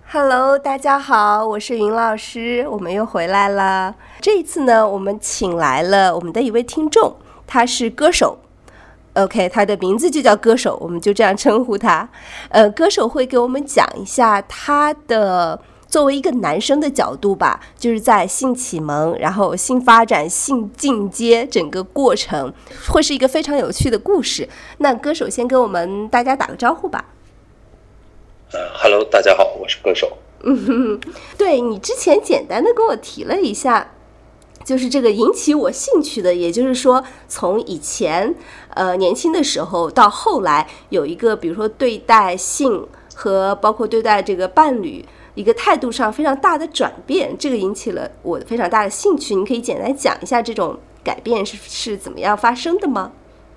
Hello，大家好，我是云老师，我们又回来了。这一次呢，我们请来了我们的一位听众，他是歌手。OK， 他的名字就叫歌手，我们就这样称呼他。歌手会给我们讲一下他的作为一个男生的角度吧，就是在性启蒙，然后性发展、性进阶整个过程，会是一个非常有趣的故事。那歌手先跟我们大家打个招呼吧。 Hello， 大家好，我是歌手。 对，你之前简单的跟我提了一下，就是这个引起我兴趣的，也就是说，从以前年轻的时候到后来有一个，比如说对待性和包括对待这个伴侣一个态度上非常大的转变，这个引起了我非常大的兴趣。你可以简单讲一下这种改变是怎么样发生的吗？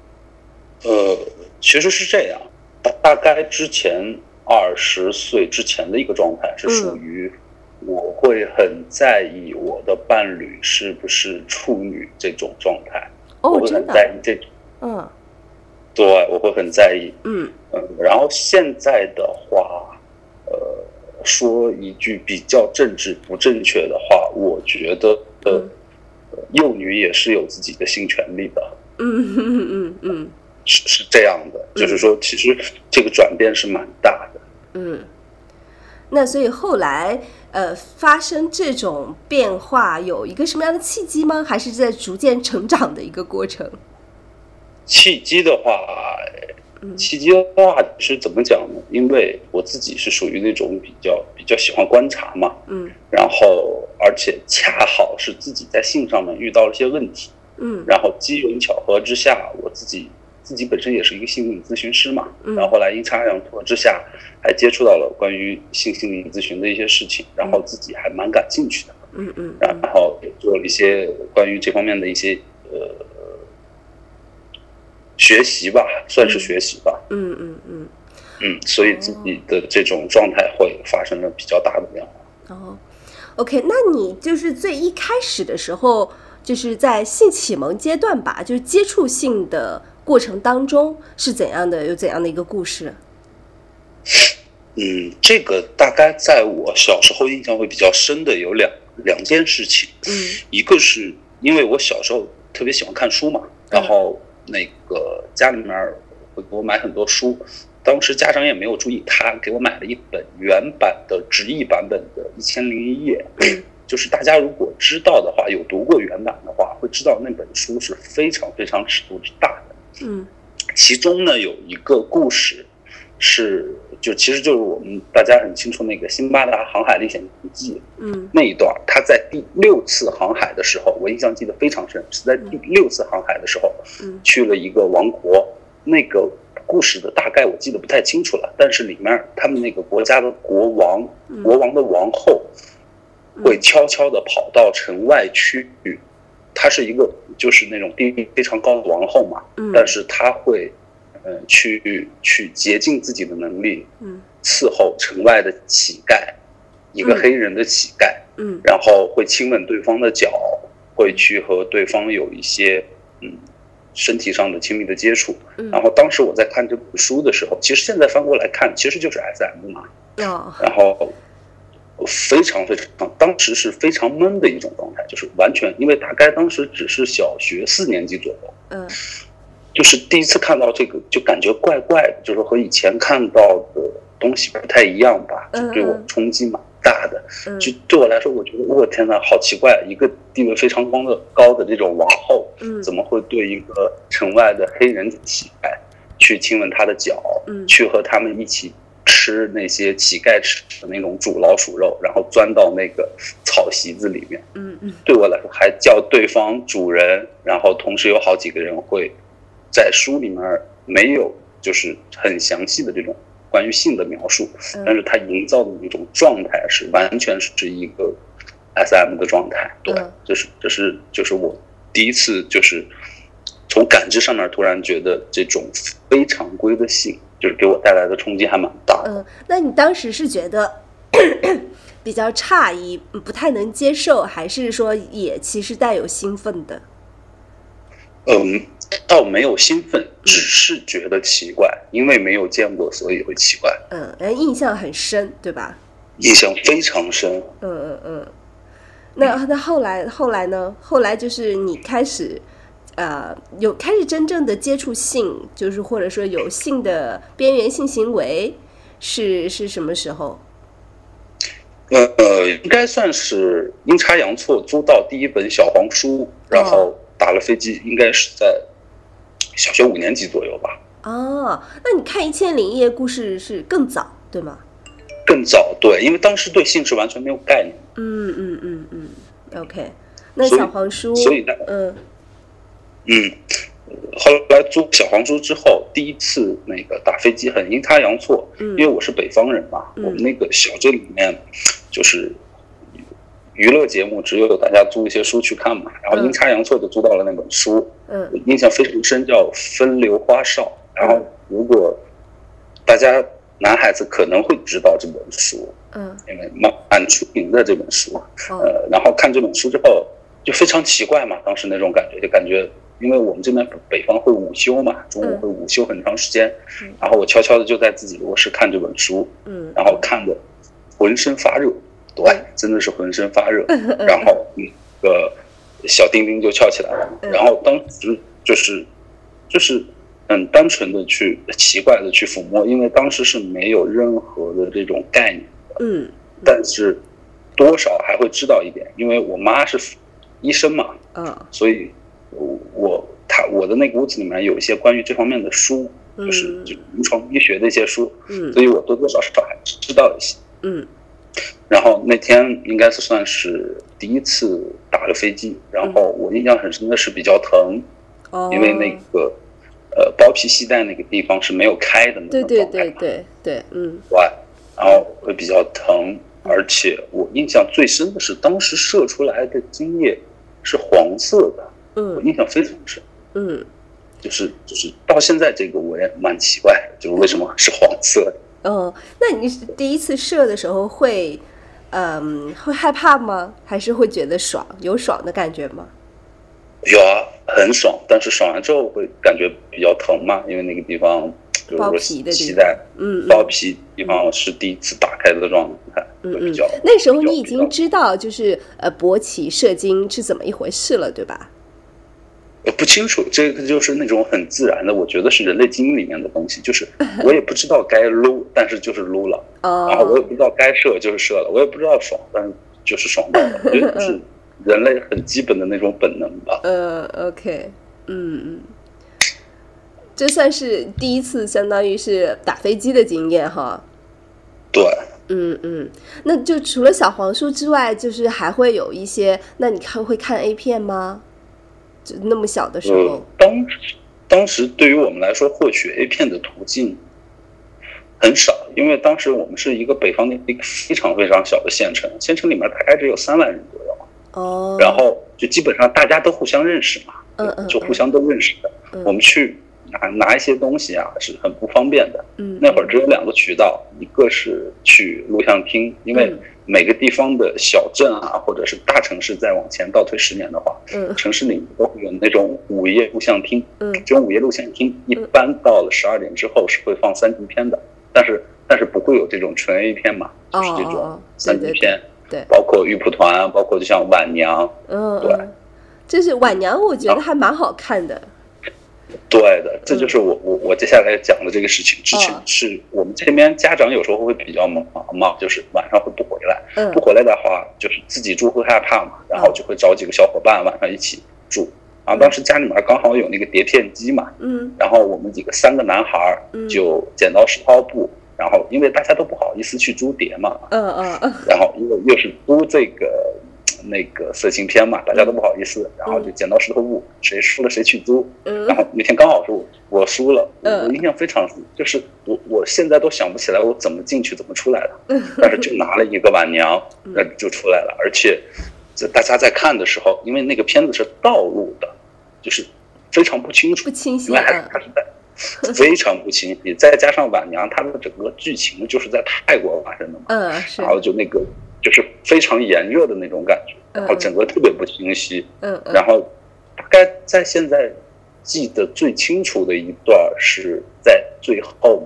其实是这样，大概之前20岁之前的一个状态是属于我会很在意我的伴侣是不是处女这种状态。我会很在意这种。对，我会很在意。然后现在的话，说一句比较政治不正确的话，我觉得幼女也是有自己的性权利的。是这样的，就是说其实这个转变是蛮大的。 那所以后来发生这种变化有一个什么样的契机吗？还是在逐渐成长的一个过程？ 契机的话是怎么讲呢？因为我自己是属于那种比较喜欢观察嘛，然后而且恰好是自己在性上面遇到了一些问题，然后机缘巧合之下，我自己本身也是一个性心理咨询师嘛，然后后来阴差阳错之下，还接触到了关于性心理咨询的一些事情，然后自己还蛮感兴趣的，然后也做了一些关于这方面的一些学习吧，算是学习吧，所以自己的这种状态会发生了比较大的变化。 OK， 那你就是最一开始的时候，就是在性启蒙阶段吧，就是接触性的过程当中是怎样的，有怎样的一个故事？ 这个大概在我小时候印象会比较深的有两件事情。一个是因为我小时候特别喜欢看书嘛，然后那个家里面会给我买很多书，当时家长也没有注意，他给我买了一本原版的直译版本的《1001夜》。就是大家如果知道的话，有读过原版的话，会知道那本书是非常非常尺度之大的。其中呢有一个故事其实就是我们大家很清楚那个辛巴达航海历险记，那一段他在第6次航海的时候，我印象记得非常深，是在第6次航海的时候，去了一个王国，那个故事的大概我记得不太清楚了，但是里面他们那个国家的国王的王后会悄悄地跑到城外去，她是一个就是那种地位非常高的王后嘛，但是她会去竭尽自己的能力，伺候城外的乞丐，一个黑人的乞丐，然后会亲吻对方的脚，会去和对方有一些身体上的亲密的接触。然后当时我在看这本书的时候，其实现在翻过来看，其实就是 SM 嘛，然后非常非常，当时是非常闷的一种状态，就是完全因为大概当时只是小学4年级左右，就是第一次看到这个就感觉怪怪的，就是和以前看到的东西不太一样吧，就对我冲击蛮大的。就对我来说，我觉得我天哪，好奇怪，一个地位非常高的这种王后，怎么会对一个城外的黑人乞丐去亲吻他的脚，去和他们一起吃那些乞丐吃的那种煮老鼠肉，然后钻到那个草席子里面。对我来说还叫对方主人，然后同时有好几个人会在书里面没有就是很详细的这种关于性的描述，但是他营造的那种状态是完全是一个 SM 的状态。对，就是我第一次就是从感知上面突然觉得这种非常规的性就是给我带来的冲击还蛮大的。 那你当时是觉得比较诧异，不太能接受，还是说也其实带有兴奋的？ 倒没有兴奋，只是觉得奇怪，因为没有见过，所以会奇怪。 印象很深，对吧？ 印象非常深。 那后来呢？后来就是你开始有开始真正的接触性，就是或者说有性的边缘性行为，是什么时候？ 应该算是阴差阳错租到第一本小黄书，然后打了飞机，应该是在小学5年级左右吧。 那你看《1001夜故事》是更早对吗？ 更早，对，因为当时对性是完全没有概念。 OK， 那小黄书， 所以后来租小黄书之后，第一次那个打飞机很阴差阳错，因为我是北方人嘛，我们那个小镇里面就是娱乐节目只有大家租一些书去看嘛，然后阴差阳错就租到了那本书，印象非常深，叫《风流花少》。然后如果大家男孩子可能会知道这本书，因为蛮出名的这本书，然后看这本书之后就非常奇怪嘛，当时那种感觉就感觉。因为我们这边北方会午休嘛，中午会午休很长时间，然后我悄悄的就在自己卧室看这本书，然后看的浑身发热，对，真的是浑身发热，然后那个小丁丁就翘起来了，然后当时就是很单纯的去奇怪的去抚摸，因为当时是没有任何的这种概念的，但是多少还会知道一点，因为我妈是医生嘛，所以我的那个屋子里面有一些关于这方面的书，就是临床医学的一些书，所以我多多少少还知道一些。然后那天应该是算是第一次打了飞机，然后我印象很深的是比较疼，因为那个包皮系带那个地方是没有开的那种状态嘛， 对， 然后会比较疼，而且我印象最深的是当时射出来的精液是黄色的。我印象非常深，就是到现在这个我也蛮奇怪的，就是为什么是黄色的。 那你第一次射的时候会害怕吗？还是会觉得爽，有爽的感觉吗？ 有啊，很爽，但是爽完之后会感觉比较疼嘛，因为那个地方就是说脐带，包皮地方是第一次打开的状态，比较。 那时候你已经知道就是勃起射精是怎么一回事了，对吧？ 不清楚，这个就是那种很自然的，我觉得是人类基因里面的东西，就是我也不知道该撸，但是就是撸了，然后我也不知道该射，就是射了，我也不知道爽，但是就是爽到了，我觉得是人类很基本的那种本能吧。 OK， 这算是第一次，相当于是打飞机的经验哈。 对。 那就除了小黄书之外，就是还会有一些，那你会看 A 片吗？就那么小的时候， 当时对于我们来说，获取 A 片的途径很少，因为当时我们是一个北方的一个非常非常小的县城，县城里面大概只有3万人左右，然后就基本上大家都互相认识嘛，就互相都认识的，我们去拿一些东西啊是很不方便的，那会儿只有2个渠道，一个是去录像厅，因为每个地方的小镇啊，或者是大城市再往前倒推10年的话，城市里都会有那种午夜录像厅，这种午夜录像厅一般到了12点之后是会放3级片的，但是不会有这种纯 A 片嘛，就是这种3级片， 对， 包括玉蒲团，包括就像晚娘，对， 这是晚娘，我觉得还蛮好看的。 对的，这就是我接下来讲的这个事情。之前是我们这边家长有时候会比较忙嘛，就是晚上会不回来，不回来的话，就是自己住会害怕嘛，然后就会找几个小伙伴晚上一起住。然后当时家里面刚好有那个碟片机嘛，然后我们3个男孩就剪刀石头布，然后因为大家都不好意思去租碟嘛，然后因为又是租这个那个色情片嘛，大家都不好意思，然后就剪刀石头布，谁输了谁去租。然后那天刚好是我输了，我印象非常深，就是我现在都想不起来我怎么进去怎么出来的，但是就拿了一个晚娘，那就出来了。而且大家在看的时候，因为那个片子是倒录的，就是非常不清楚，因为还是在非常不清晰，再加上晚娘它的整个剧情就是在泰国发生的嘛，然后就那个。就是非常炎热的那种感觉，然后整个特别不清晰，然后大概在现在记得最清楚的一段是在最后嘛，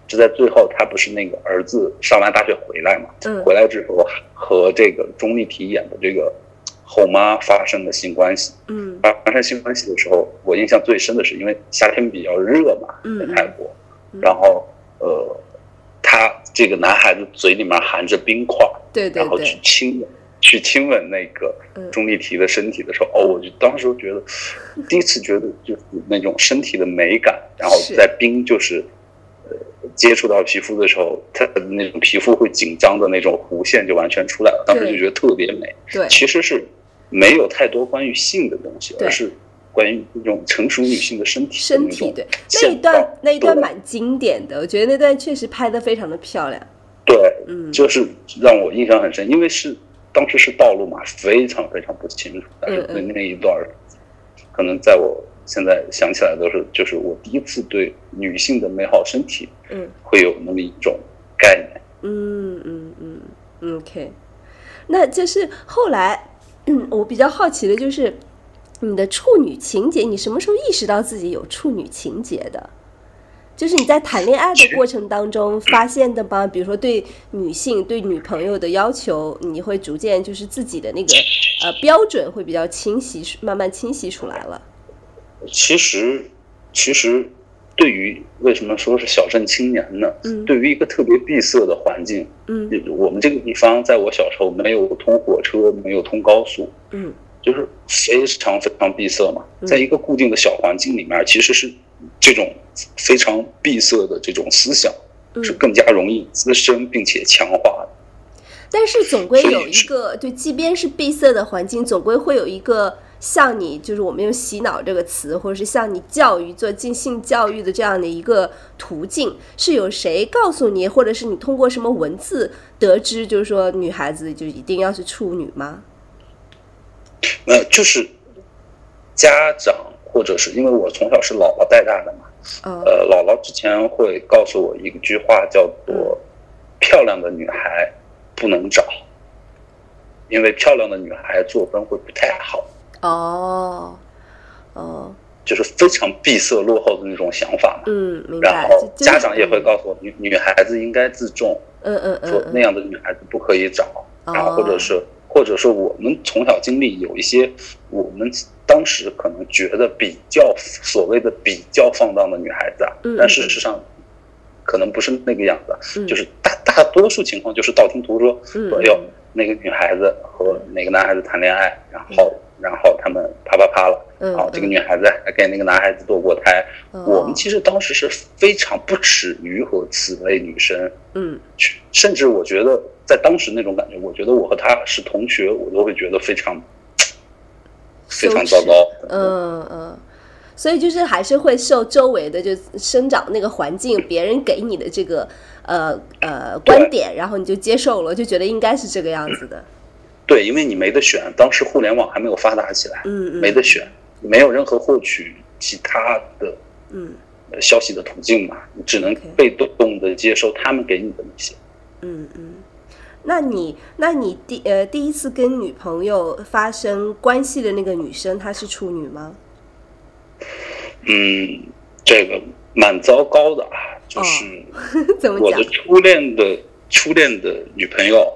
就在最后，他不是那个儿子上完大学回来嘛？回来之后和这个钟丽缇演的这个后妈发生了性关系。发生性关系的时候，我印象最深的是，因为夏天比较热嘛，在泰国，然后他这个男孩子嘴里面含着冰块，然后去亲吻那个钟丽缇的身体的时候，我就当时觉得第一次觉得就是那种身体的美感，然后在冰就是接触到皮肤的时候，它的那种皮肤会紧张的那种弧线就完全出来了，当时就觉得特别美。 对， 其实是没有太多关于性的东西，而是关于那种成熟女性的身体对，那一段蛮经典的，我觉得那段确实拍得非常的漂亮。 对，就是让我印象很深，因为当时是道路嘛，非常非常不清楚，但是那一段可能在我现在想起来就是我第一次对女性的美好身体会有那么一种概念。 OK， 那就是后来我比较好奇的就是你的处女情节，你什么时候意识到自己有处女情节的？就是你在谈恋爱的过程当中发现的吗？比如说对女性对女朋友的要求，你会逐渐就是自己的那个标准会比较清晰，慢慢清晰出来了。其实对于为什么说是小镇青年呢？对于一个特别闭塞的环境，我们这个地方在我小时候没有通火车，没有通高速，就是非常非常闭塞嘛，在一个固定的小环境里面，其实是这种非常闭塞的这种思想是更加容易滋生并且强化的。 但是总归有一个对，即便是闭塞的环境，总归会有一个像你，就是我们用洗脑这个词，或者是像你教育做进性教育的这样的一个途径，是有谁告诉你，或者是你通过什么文字得知，就是说女孩子就一定要是处女吗？ 就是家长，或者是因为我从小是姥姥带大的嘛，姥姥之前会告诉我一句话，叫做漂亮的女孩不能找，因为漂亮的女孩做分会不太好。就是非常闭塞落后的那种想法嘛。 明白。 然后家长也会告诉我，女孩子应该自重，说那样的女孩子不可以找。然后或者是我们从小经历有一些我们当时可能觉得所谓的比较放荡的女孩子啊，但事实上可能不是那个样子，就是大多数情况就是道听途说，说哟那个女孩子和哪个男孩子谈恋爱，然后他们啪了，然后这个女孩子还给那个男孩子堕过胎。我们其实当时是非常不耻于和此类女生，甚至我觉得在当时那种感觉，我觉得我和她是同学，我都会觉得非常非常糟糕。 所以就是还是会受周围的就生长那个环境，别人给你的这个观点，然后你就接受了，就觉得应该是这个样子的。 对，因为你没得选，当时互联网还没有发达起来，没得选，没有任何获取其他的消息的途径嘛，你只能被动的接受他们给你的那些。 那你第一次跟女朋友发生关系的那个女生，她是处女吗？ 这个蛮糟糕的啊，就是我的初恋的女朋友，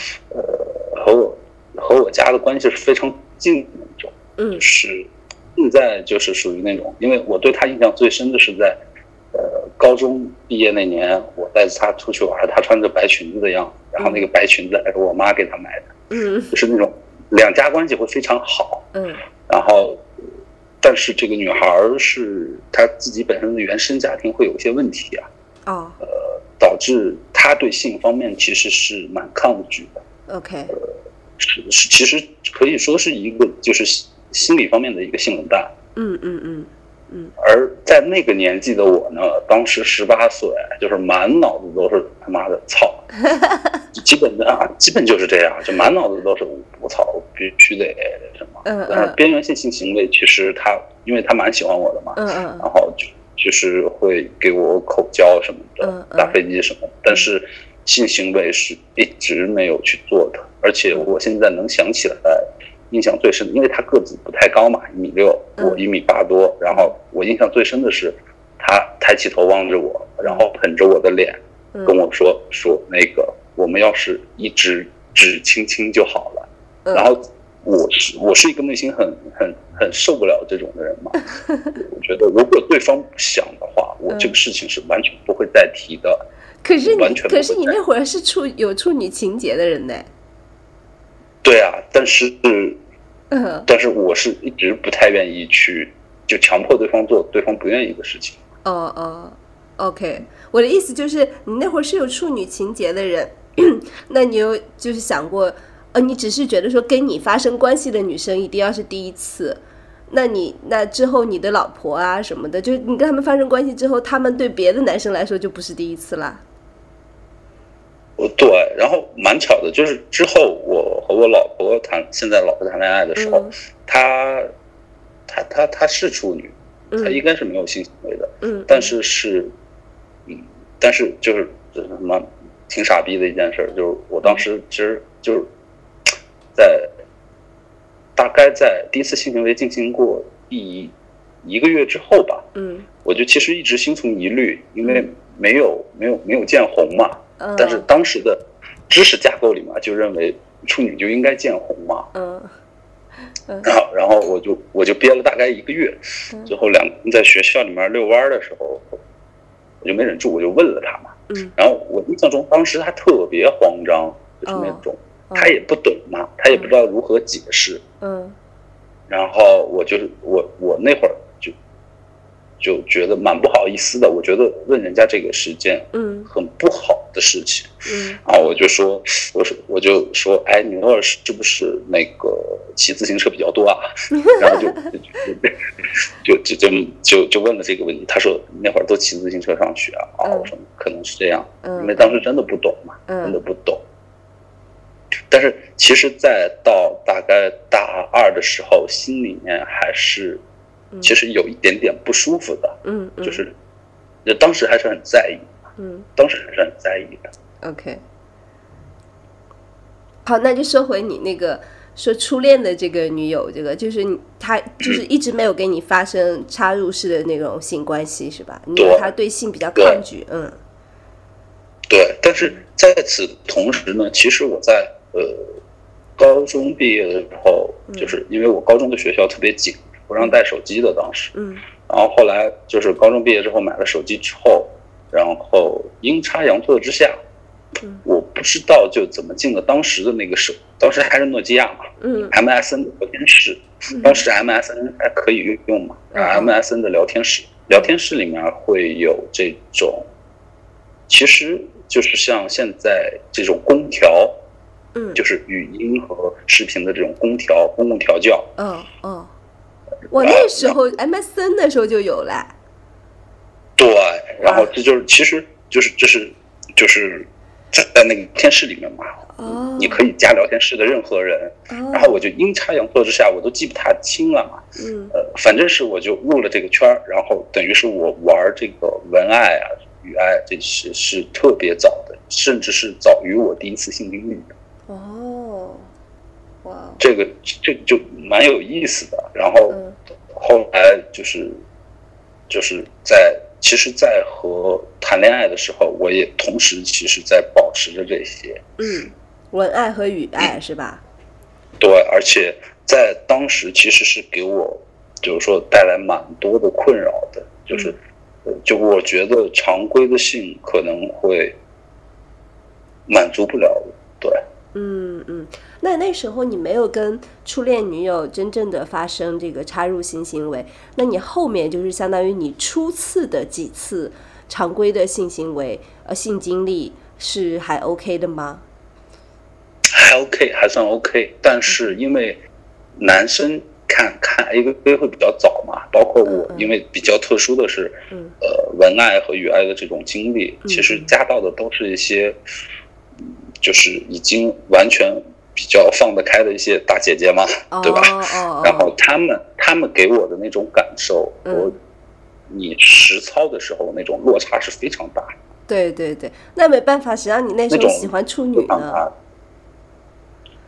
和我家的关系是非常近的那种，就是现在就是属于那种，因为我对她印象最深的是在高中毕业那年，我带着她出去玩，她穿着白裙子的样子，然后那个白裙子还是我妈给她买的，就是那种两家关系会非常好，然后但是这个女孩是她自己本身的原生家庭会有一些问题啊，导致她对性方面其实是蛮抗拒的。 OK， 其实可以说是一个就是心理方面的一个性冷淡。而在那个年纪的我呢，当时18岁，就是满脑子都是他妈的操，基本就是这样，就满脑子都是我操，必须得什么。但是边缘性行为其实因为他蛮喜欢我的嘛，然后就是会给我口交什么的，打飞机什么的，但是性行为是一直没有去做的。而且我现在能想起来印象最深的，因为他个子不太高嘛，1.6米，我1.8米多，然后我印象最深的是他抬起头望着我，然后捧着我的脸，跟我说那个我们要是一直只亲亲就好了。然后我是一个内心很受不了这种的人嘛，我觉得如果对方不想的话，我这个事情是完全不会再提的。 可是你那会儿是有处女情节的人呢。 对啊，但是我是一直不太愿意去就强迫对方做对方不愿意的事情。 OK， 我的意思就是你那会儿是有处女情节的人，那你有就是想过，你只是觉得说跟你发生关系的女生一定要是第一次，那之后你的老婆啊什么的，就你跟他们发生关系之后，他们对别的男生来说就不是第一次啦。 对，然后蛮巧的，就是之后我和我现在老婆谈恋爱的时候，她是处女，她应该是没有性行为的，但是就是什么挺傻逼的一件事，就是我当时其实就是大概在第一次性行为进行过第1个月之后吧，我就其实一直心存疑虑，因为没有见红嘛。但是当时的知识架构里嘛，就认为处女就应该见红嘛。然后我就憋了大概1个月，最后2个人在学校里面遛弯的时候，我就没忍住，我就问了他嘛。然后我印象中当时他特别慌张，就是那种他也不懂嘛，他也不知道如何解释。然后我那会儿就觉得蛮不好意思的，我觉得问人家这个是件很不好的事情。然后我就说，哎，你那会儿是不是那个骑自行车比较多啊？然后就问了这个问题。他说那会儿都骑自行车上学啊。我说可能是这样，因为当时真的不懂嘛，真的不懂。但是其实在到大概大2的时候，心里面还是其实有一点点不舒服的，就是当时还是很在意，当时还是很在意的。 OK， 好，那就说回你那个说初恋的这个女友，这个就是她就是一直没有跟你发生插入式的那种性关系是吧？因为她对性比较抗拒。 对，但是在此同时呢，其实我在高中毕业的时候，就是因为我高中的学校特别紧，不让带手机的当时，然后后来就是高中毕业之后买了手机之后，然后阴差阳错之下，我不知道就怎么进了当时的那个当时还是诺基亚嘛，MSN 的聊天室，当时 MSN 还可以用嘛，MSN 的聊天室里面会有这种，其实就是像现在这种公调，就是语音和视频的这种公共调教。 我那时候 MSN 的时候就有了。 对，然后这就是其实就是在那个聊天室里面嘛，你可以加聊天室的任何人，然后我就阴差阳错之下，我都记不太清了嘛，反正是我就入了这个圈，然后等于是我玩这个文爱啊、语爱，这是特别早的，甚至是早于我第一次性经历的。 哇， 这个就蛮有意思的。然后后来就是其实在和谈恋爱的时候，我也同时其实在保持着这些文爱和语爱是吧？ 对，而且在当时其实是给我就是说带来蛮多的困扰的，就我觉得常规的性可能会满足不了我。对， 那时候你没有跟初恋女友真正的发生这个插入性行为，那你后面就是相当于你初次的几次常规的性行为性经历是还 OK 的吗？ 还 OK， 还算 OK， 但是因为男生看 AV 会比较早嘛，包括我因为比较特殊的是文爱和语爱的这种经历，其实加到的都是一些就是已经完全比较放得开的一些大姐姐嘛，对吧？然后他们给我的那种感受和你实操的时候那种落差是非常大的。 对对对，那没办法，谁让你那时候喜欢处女呢？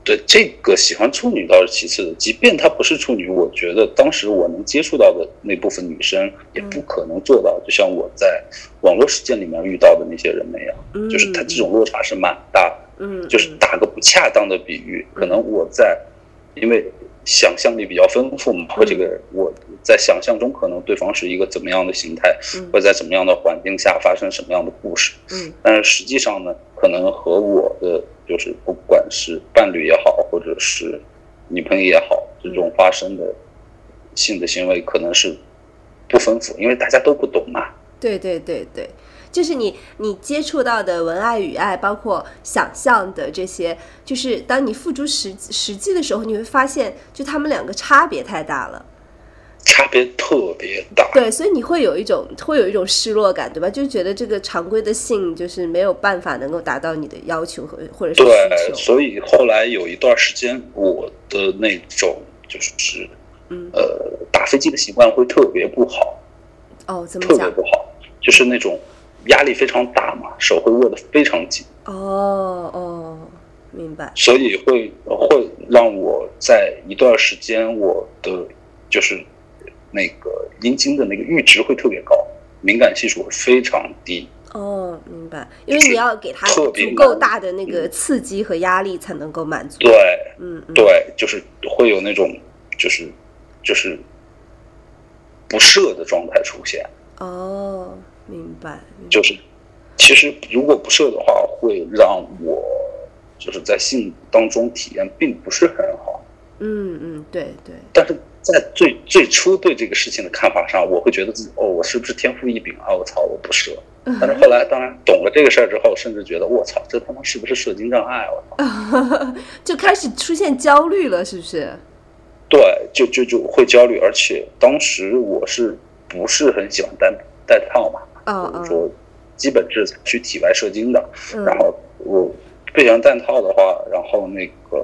对，这个喜欢处女倒是其次的，即便她不是处女，我觉得当时我能接触到的那部分女生也不可能做到，就像我在网络世界里面遇到的那些人那样，就是她这种落差是蛮大的。就是打个不恰当的比喻，可能我因为想象力比较丰富嘛，或这个我在想象中可能对方是一个怎么样的形态，或在怎么样的环境下发生什么样的故事，但是实际上呢，可能和我的就是不管是伴侣也好，或者是女朋友也好，这种发生的性的行为可能是不丰富，因为大家都不懂嘛。 对对对对，就是你接触到的文爱语爱，包括想象的这些，就是当你付诸实际的时候，你会发现，就他们两个差别太大了。 差别特别大， 对，所以你会有一种失落感，对吧？就觉得这个常规的性就是没有办法能够达到你的要求或者是需求。 对，所以后来有一段时间，我的那种就是打飞机的习惯会特别不好。 哦，怎么讲？ 特别不好，就是那种压力非常大嘛，手会握得非常紧。 哦，明白。 所以会让我在一段时间，我的就是那个阴茎的那个阈值会特别高，敏感系数会非常低。 哦，明白，因为你要给它足够大的那个刺激和压力才能够满足。 对，对，就是会有那种就是不射的状态出现。 哦，明白。 就是其实如果不射的话，会让我就是在性当中体验并不是很好。 对对。 但是在最初对这个事情的看法上，我会觉得自己我是不是天赋异禀啊？我操，我不射。但是后来当然懂了这个事儿之后，甚至觉得我操，这他妈是不是射精障碍？我操， 就开始出现焦虑了，是不是？ 对，就会焦虑，而且当时我是不是很喜欢戴套嘛？比如说基本是去体外射精的，然后我不喜欢戴套的话，然后那个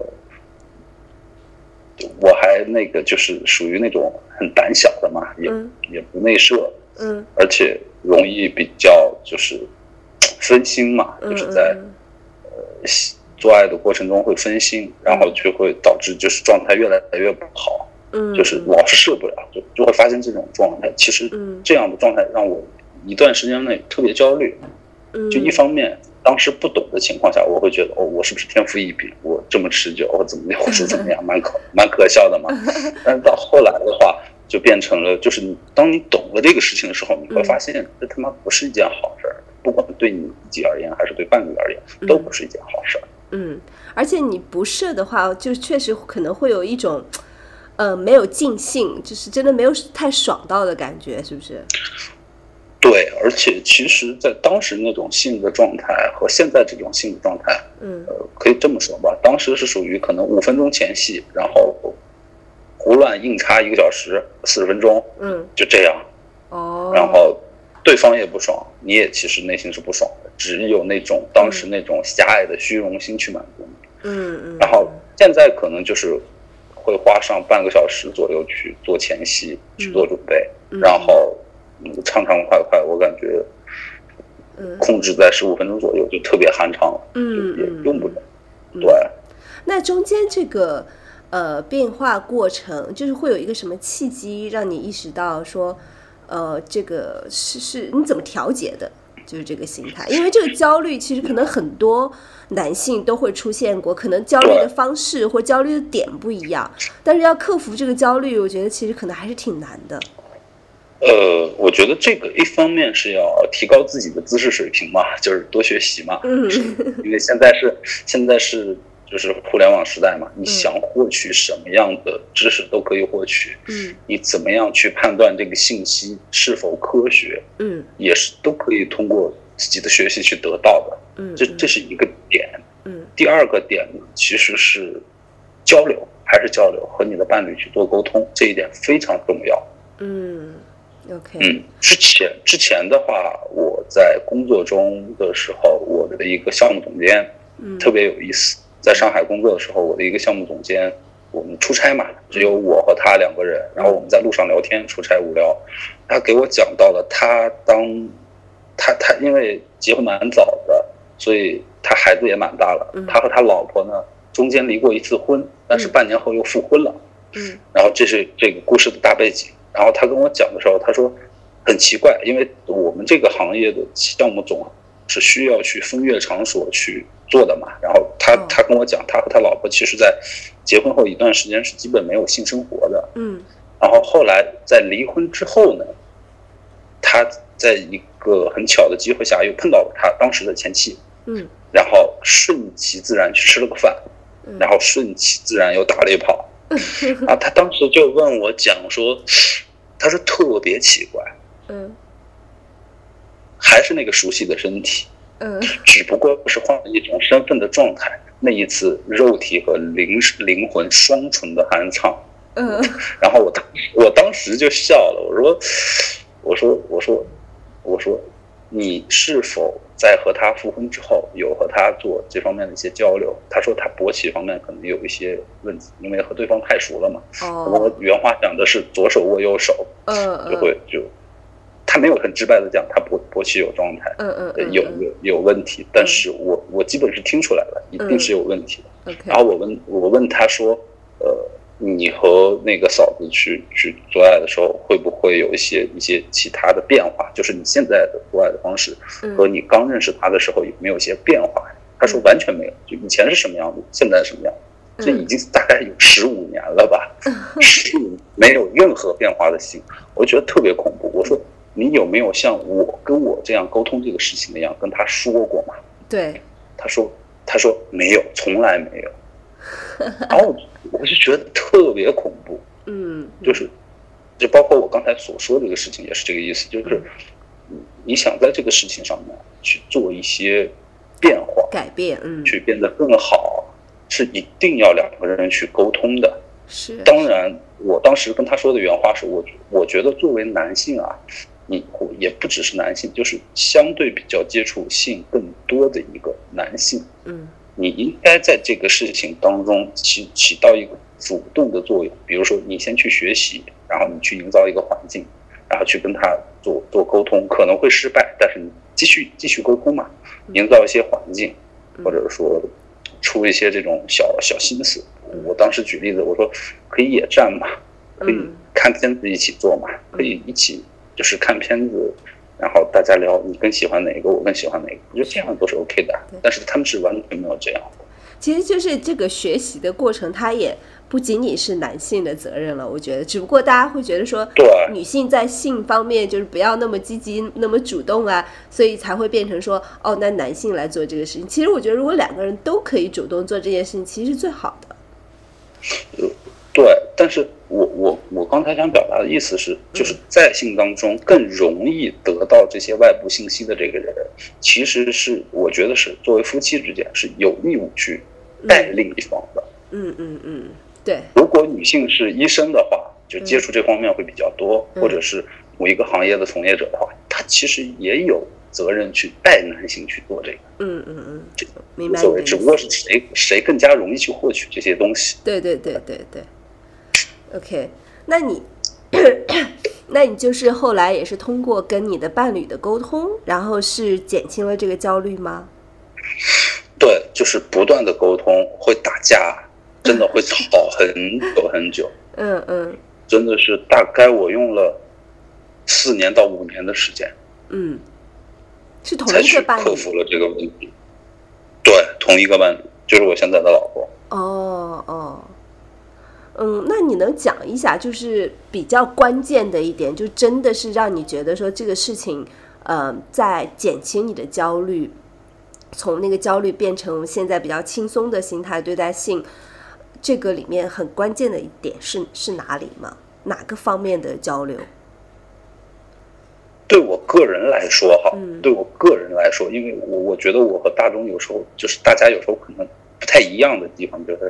我还那个就是属于那种很胆小的嘛，也不内射，而且容易比较就是分心嘛，就是在做爱的过程中会分心，然后就会导致就是状态越来越不好，就是老是射不了，就会发生这种状态。其实这样的状态让我一段时间内特别焦虑，就一方面当时不懂的情况下，我会觉得我是不是天赋异禀，我这么持久，我怎么样，或是怎么样，蛮可笑的嘛。但是到后来的话，就变成了就是当你懂了这个事情的时候，你会发现这他妈不是一件好事儿，不管对你自己而言还是对伴侣而言，都不是一件好事儿。 而且你不射的话，就确实可能会有一种没有尽兴，就是真的没有太爽到的感觉，是不是？ 对，而且其实在当时那种性的状态和现在这种性的状态，可以这么说吧，当时是属于可能5分钟前戏，然后胡乱硬插1个小时40分钟，就这样，然后对方也不爽，你也其实内心是不爽的，只有那种当时那种狭隘的虚荣心去满足你。然后现在可能就是会花上半个小时左右去做前戏，去做准备，然后畅畅快快，我感觉控制在15分钟左右就特别酣畅了，也用不着。对， 那中间这个变化过程，就是会有一个什么契机让你意识到说，这个是你怎么调节的？就是这个心态，因为这个焦虑其实可能很多男性都会出现过，可能焦虑的方式或焦虑的点不一样，但是要克服这个焦虑，我觉得其实可能还是挺难的。 我觉得这个一方面是要提高自己的知识水平嘛，就是多学习嘛，因为现在是就是互联网时代嘛，你想获取什么样的知识都可以获取，你怎么样去判断这个信息是否科学，也是都可以通过自己的学习去得到的，这是一个点。第二个点其实是交流，还是交流，和你的伴侣去做沟通，这一点非常重要。 OK。 之前的话，我在工作中的时候，我的一个项目总监特别有意思。在上海工作的时候，我的一个项目总监，我们出差嘛，只有我和他2个人，然后我们在路上聊天，出差无聊，他给我讲到了他因为结婚蛮早的，所以他孩子也蛮大了，他和他老婆呢中间离过一次婚，但是半年后又复婚了。然后这是这个故事的大背景。然后他跟我讲的时候，他说很奇怪，因为我们这个行业的项目总是需要去风月场所去做的嘛。然后他跟我讲，他和他老婆其实在结婚后一段时间是基本没有性生活的。然后后来在离婚之后呢，他在一个很巧的机会下又碰到了他当时的前妻。然后顺其自然去吃了个饭，然后顺其自然又打了一炮。他当时就问我讲说，他说特别奇怪，还是那个熟悉的身体，只不过是换了一种身份的状态。那一次肉体和灵魂双重的酣畅。然后我当时就笑了，我说你是否在和他复婚之后有和他做这方面的一些交流？他说他勃起方面可能有一些问题，因为和对方太熟了嘛。我原话讲的是左手握右手，他没有很直白的讲他勃起有状态，有问题，但是我基本是听出来了，一定是有问题的。然后我问他说，你和那个嫂子去做爱的时候，会不会有一些其他的变化？就是你现在的做爱的方式和你刚认识他的时候有没有一些变化？他说完全没有，就以前是什么样子，现在是什么样子，这已经大概有15年了吧，15年没有任何变化的性，我觉得特别恐怖。我说你有没有像我跟我这样沟通这个事情那样跟他说过嘛？ 对， 他说没有，从来没有。然后我就觉得特别恐怖。就包括我刚才所说的这个事情也是这个意思，就是你想在这个事情上面去做一些变化改变， 去变得更好，是一定要两个人去沟通的。 是， 当然我当时跟他说的原话是，我觉得作为男性啊，你也不只是男性，就是相对比较接触性更多的一个男性，你应该在这个事情当中起到一个主动的作用。比如说你先去学习，然后你去营造一个环境，然后去跟他做沟通，可能会失败，但是你继续沟通嘛，营造一些环境，或者说出一些这种小心思。我当时举例子，我说可以野战嘛，可以看片子一起做嘛，可以一起就是看片子，然后大家聊你更喜欢哪个，我更喜欢哪个，我觉得这样都是 OK 的。但是他们是完全没有这样的。 其实就是这个学习的过程，它也不仅仅是男性的责任了，我觉得，只不过大家会觉得说，女性在性方面就是不要那么积极、那么主动啊，所以才会变成说，那男性来做这个事情。其实我觉得，如果两个人都可以主动做这件事情，其实是最好的。 对，但是我刚才想表达的意思是，就是在性当中更容易得到这些外部信息的这个人，其实是我觉得是作为夫妻之间是有义务去带另一方的。 对。 如果女性是医生的话，就接触这方面会比较多，或者是某一个行业的从业者的话，她其实也有责任去带男性去做这个。 明白。 无所谓，只不过是谁更加容易去获取这些东西。 对。OK， 那你就是后来也是通过跟你的伴侣的沟通，然后是减轻了这个焦虑吗？ 对，就是不断的沟通，会打架，真的会吵很久。真的是大概我用了4年到5年的时间。 是同一个伴侣才去克服了这个问题。对，同一个伴侣，就是我现在的老婆。 那你能讲一下，就是比较关键的一点，就真的是让你觉得说这个事情，在减轻你的焦虑，从那个焦虑变成现在比较轻松的心态对待性，这个里面很关键的一点是哪里吗？哪个方面的交流？ 对我个人来说因为我觉得我和大众有时候就是大家有时候可能不太一样的地方，就是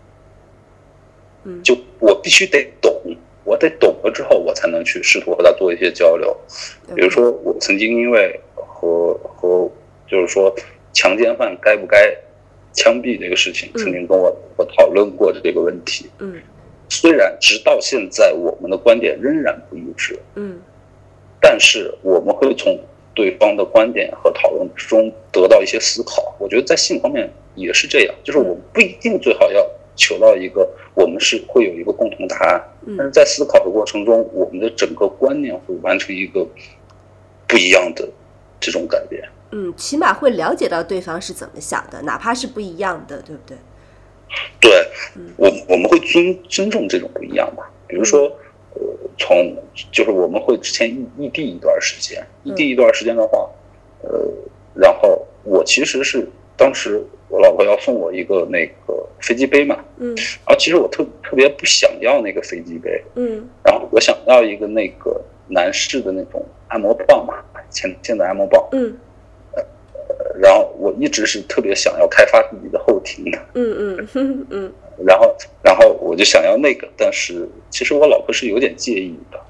就我必须得懂，我得懂了之后我才能去试图和他做一些交流。比如说我曾经因为和就是说强奸犯该不该枪毙这个事情，曾经跟我讨论过这个问题。虽然直到现在我们的观点仍然不一致，但是我们会从对方的观点和讨论之中得到一些思考。我觉得在性方面也是这样，就是我们不一定最好要求到一个我们是会有一个共同答案，但是在思考的过程中，我们的整个观念会完成一个不一样的这种改变。 起码会了解到对方是怎么想的，哪怕是不一样的，对不对？ 对，我们会尊重这种不一样吧。比如说，就是我们会之前异地一段时间，的话，然后我其实是当时我老婆要送我一个那个飞机杯嘛，然后其实我特别不想要那个飞机杯，然后我想要一个那个男士的那种按摩棒嘛，前的按摩棒，然后我一直是特别想要开发自己的后庭的，然后我就想要那个，但是其实我老婆是有点介意的。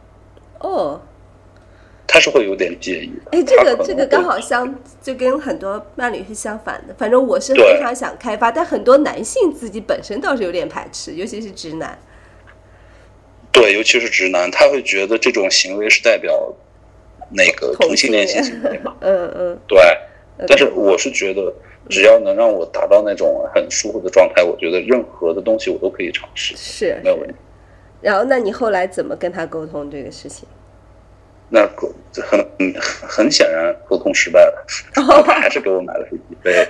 她是会有点介意的。 这个刚好就跟很多伴侣是相反的。反正我是非常想开发，但很多男性自己本身倒是有点排斥，尤其是直男。 对，尤其是直男，他会觉得这种行为是代表那个同性恋性行为嘛。对。但是我是觉得，只要能让我达到那种很舒服的状态，我觉得任何的东西我都可以尝试， 是没有问题。 然后，那你后来怎么跟他沟通这个事情？ 那很显然沟通失败了，他还是给我买了飞机杯。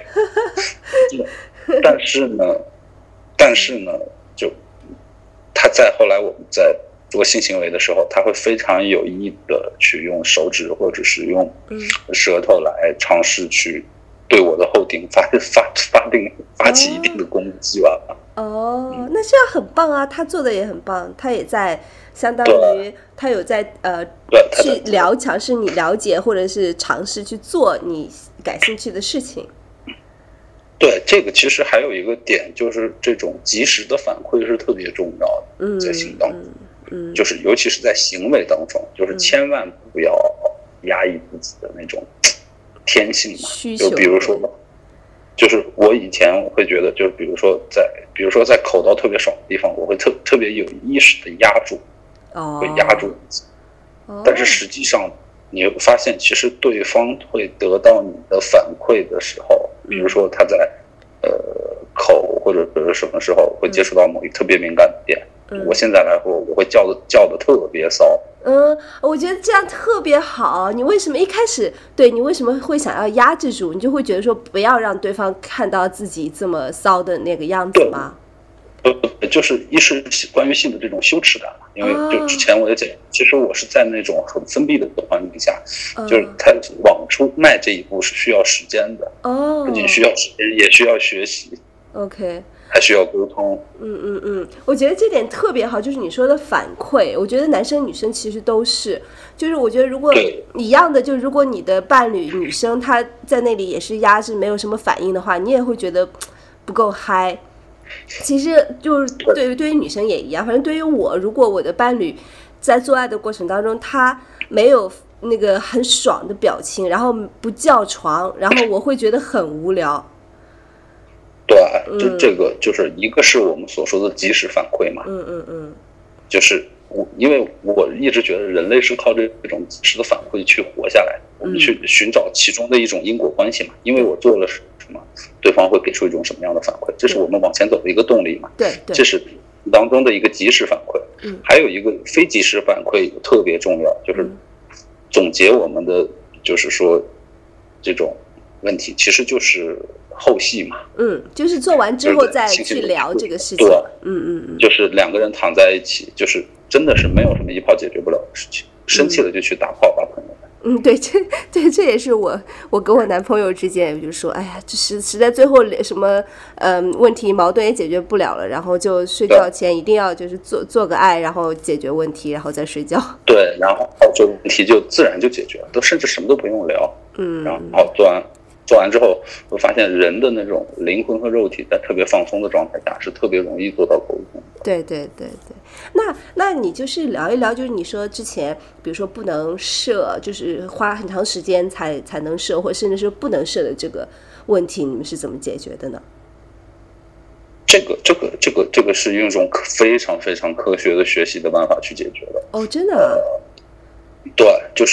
但是呢，就他在后来我们在做性行为的时候，他会非常有意的去用手指或者是用舌头来尝试去对我的后庭发起一定的攻击吧。 那这样很棒啊，他做的也很棒，他也在相当于他有在去尝试你了解或者是尝试去做你感兴趣的事情。 对，这个其实还有一个点，就是这种及时的反馈是特别重要的，在性当中，就是尤其是在行为当中，就是千万不要压抑自己的那种天性嘛。就比如说，就是我以前会觉得，就是比如说在口到特别爽的地方，我会特别有意识的压住，会压住自己。但是实际上，你会发现，其实对方会得到你的反馈的时候，比如说他在口或者是什么时候会接触到某一特别敏感的点，我现在来说，我会叫的特别骚。 我觉得这样特别好。你为什么一开始你为什么会想要压制住？你就会觉得说不要让对方看到自己这么骚的那个样子吗？ 就是一是关于性的这种羞耻感嘛，因为就之前我也讲，其实我是在那种很封闭的环境下，就是他往出迈这一步是需要时间的，不仅需要时间，也需要学习。 OK。 还需要沟通。 我觉得这点特别好，就是你说的反馈。我觉得男生女生其实都是，就是我觉得如果一样的，就如果你的伴侣女生她在那里也是压制，没有什么反应的话，你也会觉得不够嗨。其实就是对于女生也一样，反正对于我，如果我的伴侣在做爱的过程当中，他没有那个很爽的表情，然后不叫床，然后我会觉得很无聊。 对，这个就是一个是我们所说的及时反馈嘛，就是因为我一直觉得人类是靠这种及时的反馈去活下来，我们去寻找其中的一种因果关系嘛，因为我做了什么，对方会给出一种什么样的反馈，这是我们往前走的一个动力嘛。 对， 这是当中的一个及时反馈。还有一个非及时反馈特别重要，就是总结我们的就是说这种问题，其实就是后戏嘛， 就是做完之后再去聊这个事情。 就是两个人躺在一起，就是真的是没有什么一炮解决不了的事情，生气了就去打炮吧，朋友们。 对，这也是我跟我男朋友之间，就是说，哎呀，这实在最后什么问题矛盾也解决不了了，然后就睡觉前一定要就是做个爱，然后解决问题，然后再睡觉。 对，然后这问题就自然就解决了，都甚至什么都不用聊。然后做完之后，我发现人的那种灵魂和肉体在特别放松的状态下，是特别容易做到沟通的。 对。那你就是聊一聊，就是你说之前，比如说不能射，就是花很长时间才能射，或者甚至是不能射的这个问题，你们是怎么解决的呢？ 这个是用一种非常非常科学的学习的办法去解决的。 真的？ 对，就是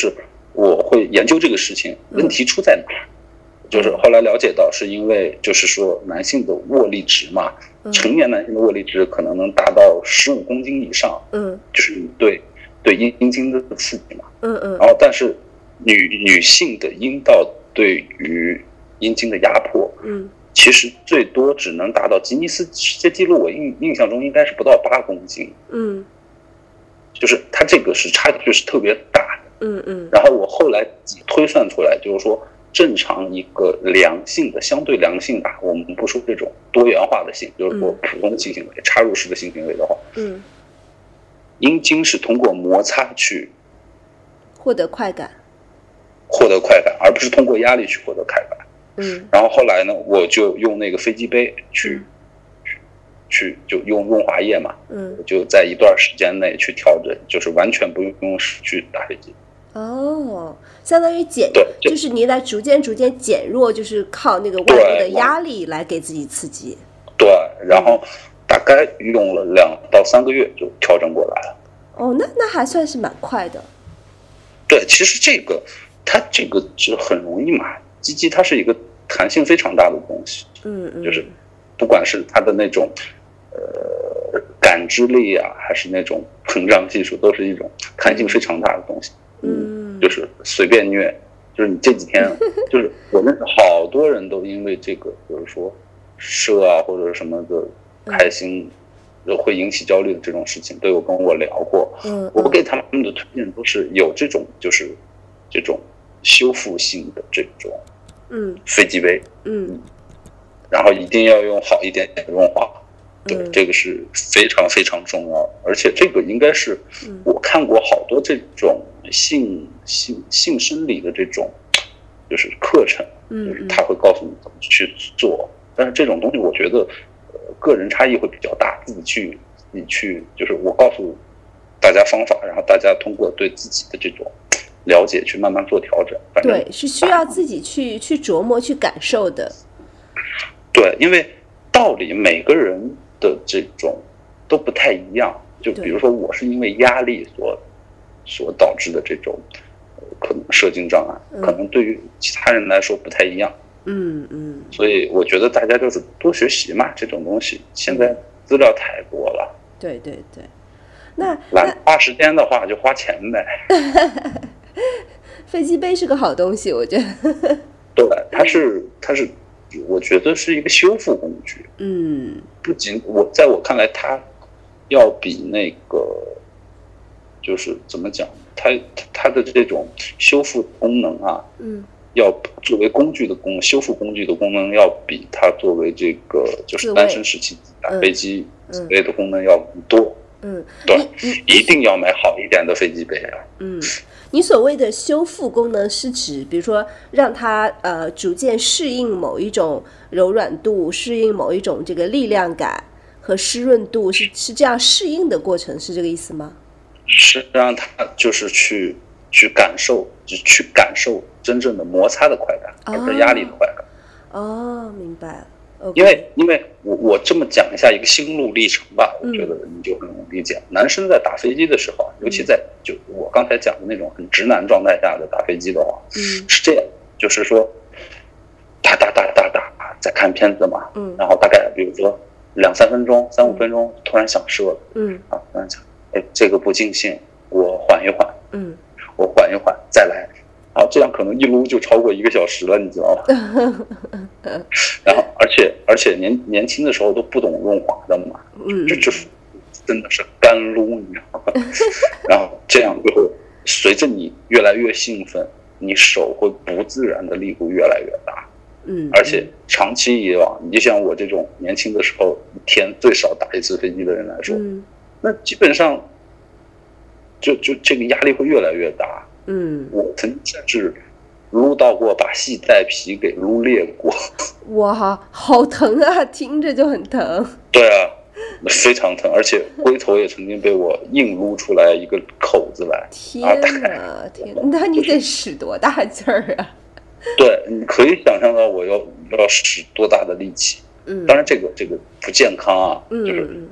我会研究这个事情，问题出在哪儿？就是后来了解到，是因为就是说男性的握力值嘛，成年男性的握力值可能能达到15公斤以上，就是对阴茎的刺激嘛，然后但是女性的阴道对于阴茎的压迫，其实最多只能达到吉尼斯世界纪录，我印象中应该是不到8公斤，就是它这个是差距是特别大的，然后我后来推算出来，就是说正常一个相对良性吧，我们不说这种多元化的性，就是说普通性行为、插入式的性行为的话，阴茎是通过摩擦去获得快感， 而不是通过压力去获得快感。然后后来呢，我就用那个飞机杯去就用润滑液嘛，就在一段时间内去调整，就是完全不用去打飞机。 相当于就是你来逐渐减弱，就是靠那个外部的压力来给自己刺激。 对，然后大概用了2到3个月就调整过来了。 那还算是蛮快的。 对，其实它这个就很容易嘛，鸡鸡它是一个弹性非常大的东西，就是不管是它的那种感知力啊，还是那种膨胀技术，都是一种弹性非常大的东西。就是随便虐，就是你这几天，就是我认识好多人都因为这个，比如说射啊或者什么的开心，会引起焦虑的这种事情，都有跟我聊过。我给他们的推荐都是有这种就是这种修复性的这种飞机杯，然后一定要用好一点的润滑。对，这个是非常非常重要，而且这个应该是我看过好多这种性生理的这种就是课程，就是他会告诉你怎么去做，但是这种东西我觉得个人差异会比较大，自己去就是我告诉大家方法，然后大家通过对自己的这种了解去慢慢做调整。 对，是需要自己去琢磨去感受的。 对，因为道理每个人的这种都不太一样，就比如说我是因为压力所导致的这种可能射精障碍，可能对于其他人来说不太一样。所以我觉得大家就是多学习嘛，这种东西现在资料太多了。 对，那花时间的话就花钱呗。 飞机杯是个好东西，我觉得。 对，它是我觉得是一个修复工具。不仅在我看来，它要比那个就是怎么讲，它的这种修复功能啊，要作为修复工具的功能，要比它作为这个就是单身时期打飞机之类的功能要多。对，一定要买好一点的飞机杯啊。 你所谓的修复功能是指，比如说让它逐渐适应某一种柔软度，适应某一种这个力量感和湿润度，是这样适应的过程，是这个意思吗？ 是让它就是去感受真正的摩擦的快感，而不是压力的快感。 明白了。 因为我这么讲一下一个心路历程吧，我觉得你就很能理解。男生在打飞机的时候，尤其在就我刚才讲的那种很直男状态下的打飞机的话，是这样，就是说打在看片子嘛，然后大概比如说2-3分钟、3-5分钟，突然想射了，突然想，这个不尽兴，我缓一缓，再来。然后这样可能一撸就超过1个小时了，你知道吗？然后而且年轻的时候都不懂润滑的嘛，就是真的是干撸，你知道吗？然后这样就会随着你越来越兴奋，你手会不自然的力度越来越大。而且长期以往，你就像我这种年轻的时候一天最少打1次飞机的人来说，那基本上就这个压力会越来越大。我曾经甚至撸到过把系带皮给撸裂过。 哇，好疼啊，听着就很疼。 对啊，非常疼，而且龟头也曾经被我硬撸出来一个口子来。 天哪，那你得使多大劲儿啊？ 对，你可以想象到我要使多大的力气。当然这个不健康啊，就是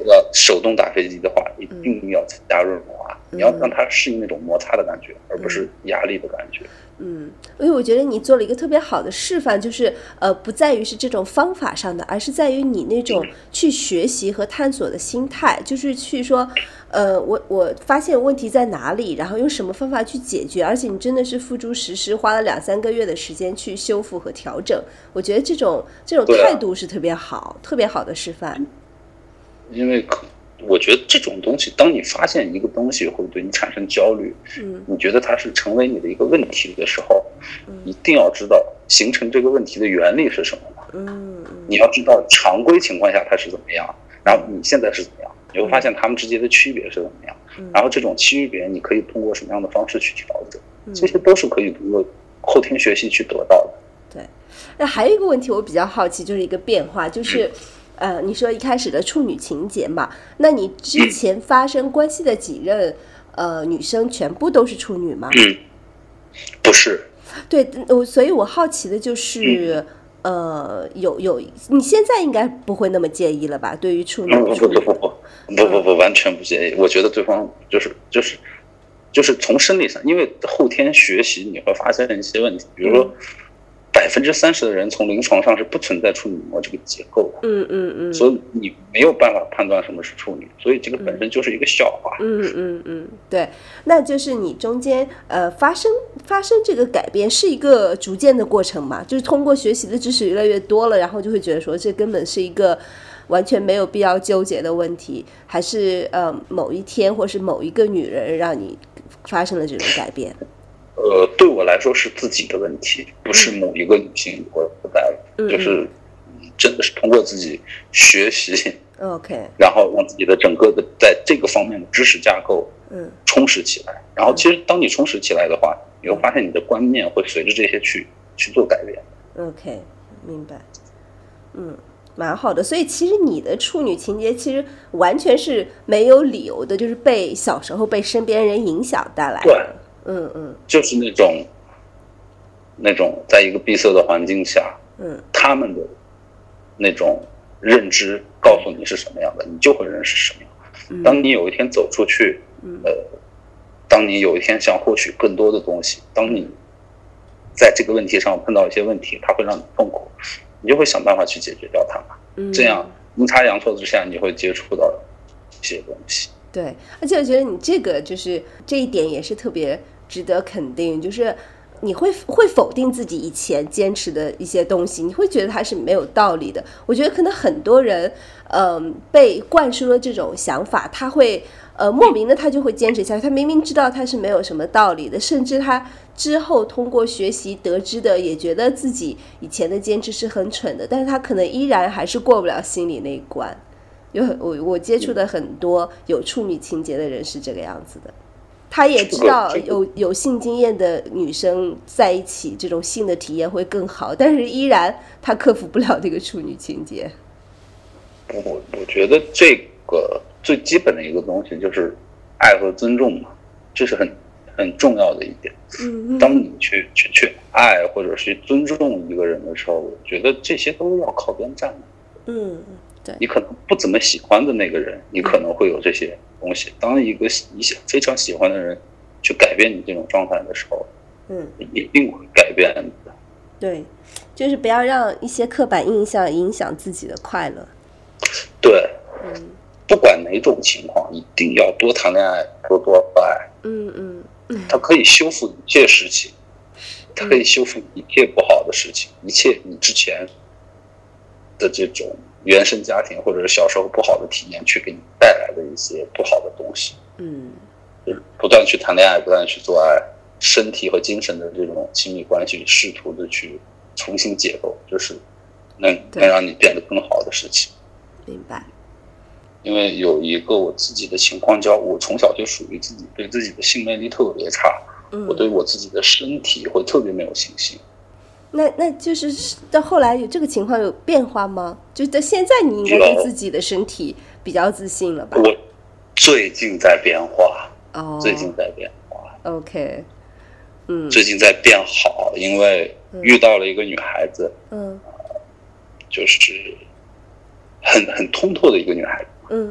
要手动打飞机的话，一定要加润滑，你要让它适应那种摩擦的感觉，而不是压力的感觉。 因为我觉得你做了一个特别好的示范，就是不在于是这种方法上的，而是在于你那种去学习和探索的心态，就是去说我发现问题在哪里，然后用什么方法去解决，而且你真的是付诸实施，花了2-3个月的时间去修复和调整。我觉得这种态度是特别好，特别好的示范。 因为我觉得这种东西，当你发现一个东西会对你产生焦虑，你觉得它是成为你的一个问题的时候，一定要知道形成这个问题的原理是什么。你要知道常规情况下它是怎么样，然后你现在是怎么样，你会发现它们之间的区别是怎么样，然后这种区别你可以通过什么样的方式去调整，这些都是可以通过后天学习去得到的。 对，那还有一个问题我比较好奇，就是一个变化，就是你说一开始的处女情节嘛，那你之前发生关系的几任女生全部都是处女吗？ 不是。 对，所以我好奇的就是你现在应该不会那么介意了吧？对于处女不，完全不介意。我觉得对方就是从生理上，因为后天学习你会发现一些问题，比如说30%的人从临床上是不存在处女膜这个结构的，所以你没有办法判断什么是处女，所以这个本身就是一个笑话。 对，那就是你中间发生这个改变是一个逐渐的过程嘛？就是通过学习的知识越来越多了，然后就会觉得说这根本是一个完全没有必要纠结的问题，还是某一天或是某一个女人让你发生了这种改变？ 对我来说是自己的问题，不是某一个女性或者不带，就是真的是通过自己学习 ，OK， 然后让自己的整个的在这个方面的知识架构充实起来，然后其实当你充实起来的话，你会发现你的观念会随着这些去做改变。 OK， 明白。蛮好的。所以其实你的处女情节其实完全是没有理由的，就是小时候被身边人影响带来的。 对。就是那种在一个闭塞的环境下，他们的那种认知告诉你是什么样的，你就会认识什么样。当你有一天走出去，当你有一天想获取更多的东西，当你在这个问题上碰到一些问题，它会让你痛苦，你就会想办法去解决掉它嘛。这样阴差阳错之下，你会接触到一些东西。 对，而且我觉得你这个就是这一点也是特别值得肯定，就是你会否定自己以前坚持的一些东西，你会觉得它是没有道理的。我觉得可能很多人被灌输了这种想法，他会莫名的他就会坚持下去，他明明知道他是没有什么道理的，甚至他之后通过学习得知的也觉得自己以前的坚持是很蠢的，但是他可能依然还是过不了心里那一关。我接触的很多有处女情节的人是这个样子的，他也知道有性经验的女生在一起这种性的体验会更好，但是依然他克服不了这个处女情节。 我觉得这个最基本的一个东西就是爱和尊重嘛，这是很重要的一点。当你去爱或者是尊重一个人的时候，我觉得这些都要靠边站的。 对， 你可能不怎么喜欢的那个人，你可能会有这些东西。当一个你非常喜欢的人去改变你这种状态的时候，一定会改变的。 对，就是不要让一些刻板印象影响自己的快乐。 对，不管哪种情况，一定要多谈恋爱，多爱。它可以修复一切事情，它可以修复一切不好的事情，一切你之前的这种原生家庭或者是小时候不好的体验去给你带来的一些不好的东西。就是不断去谈恋爱，不断去做爱，身体和精神的这种亲密关系，试图的去重新解构，就是能让你变得更好的事情。 明白。 因为有一个我自己的情况，叫我从小就属于自己对自己的性魅力特别差，我对我自己的身体会特别没有信心。 那就是到后来有这个情况有变化吗？就到现在你应该对自己的身体比较自信了吧？ 我最近在变化，最近在变化。 OK， 最近在变好，因为遇到了一个女孩子，就是很通透的一个女孩子，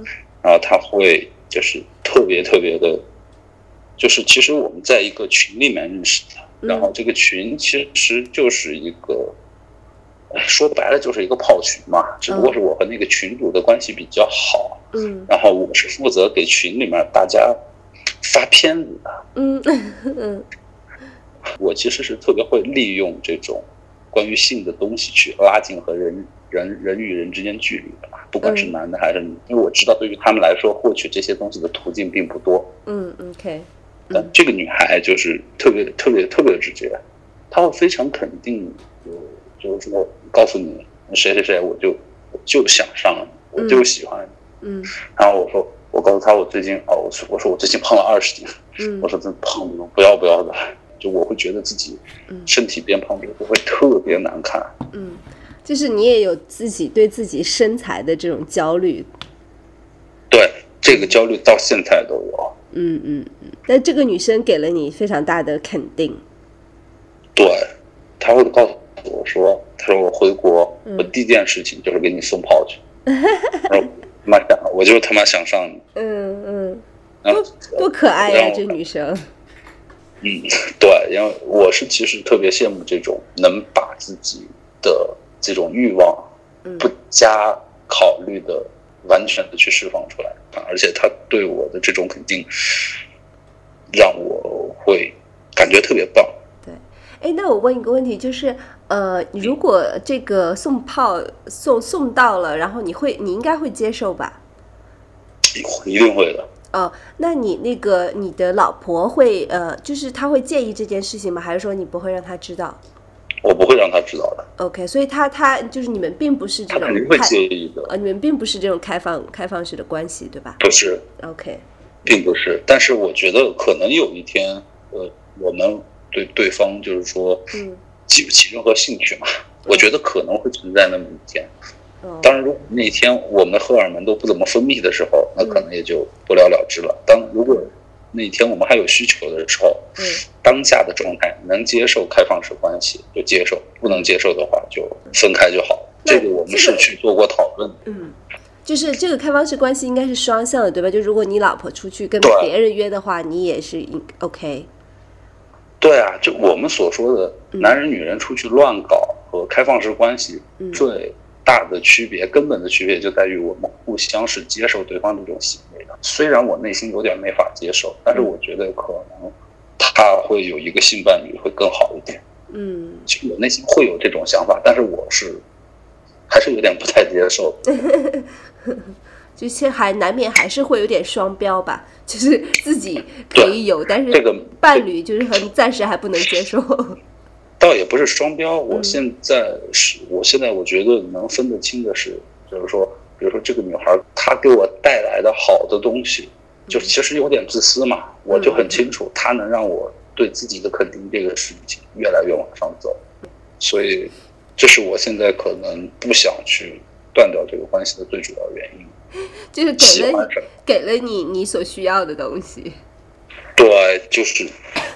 然后他会就是特别特别的，就是其实我们在一个群里面认识的，然后这个群其实就是一个。说白了就是一个炮群嘛，只不过是我和那个群主的关系比较好，然后我是负责给群里面大家发片子的，我其实是特别会利用这种关于性的东西去拉近和人与人之间距离的嘛，不管是男的还是女，因为我知道对于他们来说获取这些东西的途径并不多 ，OK， 但这个女孩就是特别特别特别直接，她会非常肯定，就是说告诉你谁谁谁，我就想上你，我就喜欢你，然后我告诉他我最近我说我最近胖了20斤，我说真胖的不要的，就我会觉得自己身体变胖之后会特别难看， 就是你也有自己对自己身材的这种焦虑， 对，这个焦虑到现在都有， 但这个女生给了你非常大的肯定， 对，她会告诉我说，他说我回国，我第一件事情就是给你送炮去。我就是他妈想上你。 多可爱呀，这女生。 对，因为我是其实特别羡慕这种能把自己的这种欲望不加考虑的完全的去释放出来，而且他对我的这种肯定让我会感觉特别棒。 那我问一个问题，就是如果这个送炮送到了，然后你应该会接受吧？ 一定会的。 那你的老婆会就是她会介意这件事情吗？还是说你不会让她知道？ 我不会让她知道的。 OK， 所以她就是你们并不是这种，她肯定会介意的。 你们并不是这种开放式的关系，对吧？ 不是。 OK， 并不是，但是我觉得可能有一天，我们对对方就是说，激不起任何兴趣嘛。我觉得可能会存在那么一天。当然，如果那天我们的荷尔蒙都不怎么分泌的时候，那可能也就不了了之了。如果那天我们还有需求的时候，当下的状态能接受开放式关系就接受，不能接受的话就分开就好。这个我们是去做过讨论。 就是这个开放式关系应该是双向的，对吧？就如果你老婆出去跟别人约的话，你也是 OK。 对啊，就我们所说的男人女人出去乱搞和开放式关系最大的区别，根本的区别就在于我们互相是接受对方这种行为的。虽然我内心有点没法接受，但是我觉得可能他会有一个性伴侣会更好一点。其实我内心会有这种想法，但是我还是有点不太接受。 就难免还是会有点双标吧，就是自己可以有，但是伴侣就是暂时还不能接受。 倒也不是双标，我现在我觉得能分得清的是，就是说，比如说这个女孩她给我带来的好的东西，就其实有点自私嘛，我就很清楚她能让我对自己的肯定这个事情越来越往上走，所以这是我现在可能不想去断掉这个关系的最主要原因。 就是给了你所需要的东西。 对，就是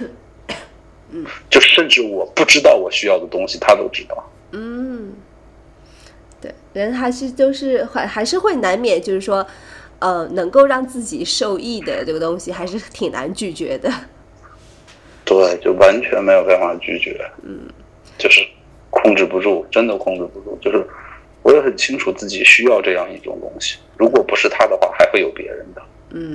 就甚至我不知道我需要的东西他都知道。 对，人还是会难免就是说能够让自己受益的这个东西还是挺难拒绝的。 对，就完全没有办法拒绝。就是控制不住，真的控制不住。就是我也很清楚自己需要这样一种东西，如果不是他的话还会有别人的。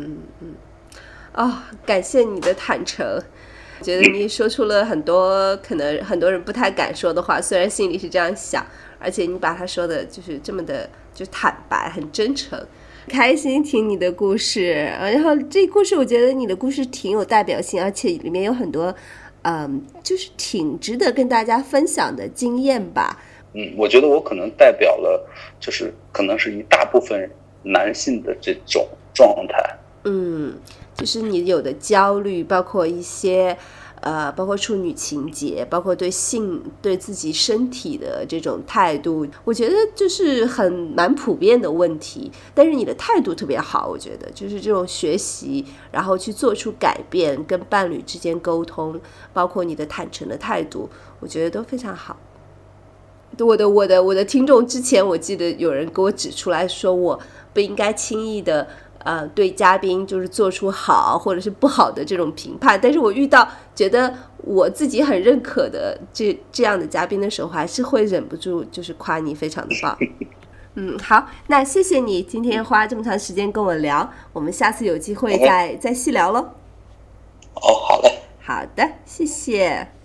感谢你的坦诚，觉得你说出了很多可能很多人不太敢说的话，虽然心里是这样想，而且你把它说的就是这么的就坦白很真诚，开心听你的故事。然后这故事我觉得你的故事挺有代表性，而且里面有很多就是挺值得跟大家分享的经验吧。 我觉得我可能代表了就是可能是一大部分男性的这种状态。 就是你有的焦虑，包括一些包括处女情节，包括对性对自己身体的这种态度，我觉得就是蛮普遍的问题，但是你的态度特别好，我觉得就是这种学习然后去做出改变，跟伴侣之间沟通，包括你的坦诚的态度，我觉得都非常好。我的听众之前我记得有人给我指出来说我不应该轻易的对嘉宾就是做出好或者是不好的这种评判，但是我遇到觉得我自己很认可的这样的嘉宾的时候，还是会忍不住就是夸你非常的棒。好，那谢谢你今天花这么长时间跟我聊，我们下次有机会再细聊咯。 好嘞。 好的，谢谢。